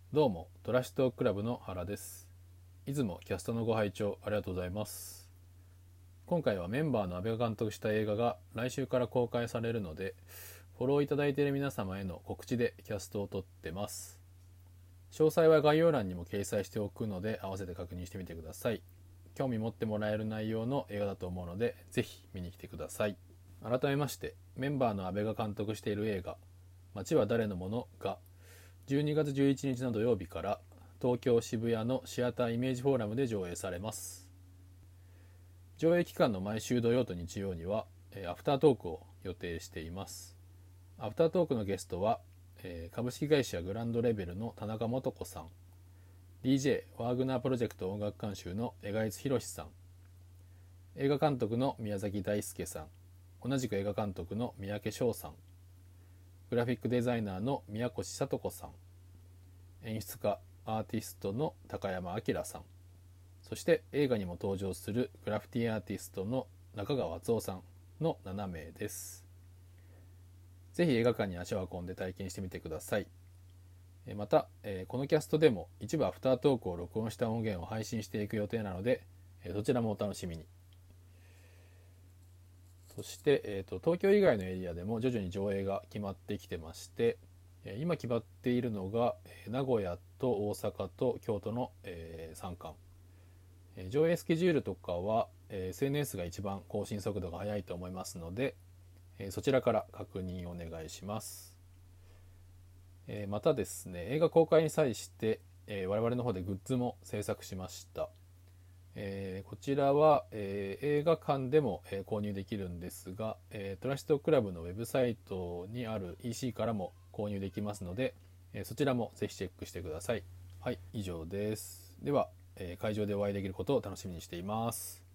どうもトラシトークラブの原です。いつもキャストのご拝聴ありがとうございます。今回はメンバーの阿部が監督した映画が来週から公開されるので、フォローいただいている皆様への告知でキャストを撮ってます。詳細は概要欄にも掲載しておくので合わせて確認してみてください。興味持ってもらえる内容の映画だと思うのでぜひ見に来てください。改めまして、メンバーの阿部が監督している映画街は誰のものが12月11日の土曜日から東京渋谷のシアターイメージフォーラムで上映されます。上映期間の毎週土曜と日曜にはアフタートークを予定しています。アフタートークのゲストは株式会社グランドレベルの田中素子さん、 DJ ワーグナープロジェクト音楽監修の江賀悦博さん、映画監督の宮崎大輔さん、同じく映画監督の三宅翔さん、グラフィックデザイナーの宮越聡子さん、演出家アーティストの高山明さん、そして映画にも登場するグラフィティアーティストの中川敦夫さんの7名です。ぜひ映画館に足を運んで体験してみてください。また、このキャストでも一部アフタートークを録音した音源を配信していく予定なので、どちらもお楽しみに。そして、東京以外のエリアでも徐々に上映が決まってきてまして、今決まっているのが名古屋と大阪と京都の3館。上映スケジュールとかは SNS が一番更新速度が速いと思いますので、そちらから確認お願いします。またですね、映画公開に際して我々の方でグッズも制作しました。こちらは、映画館でも、購入できるんですが、トラシトクラブのウェブサイトにある EC からも購入できますので、そちらもぜひチェックしてください。はい、以上です。では、会場でお会いできることを楽しみにしています。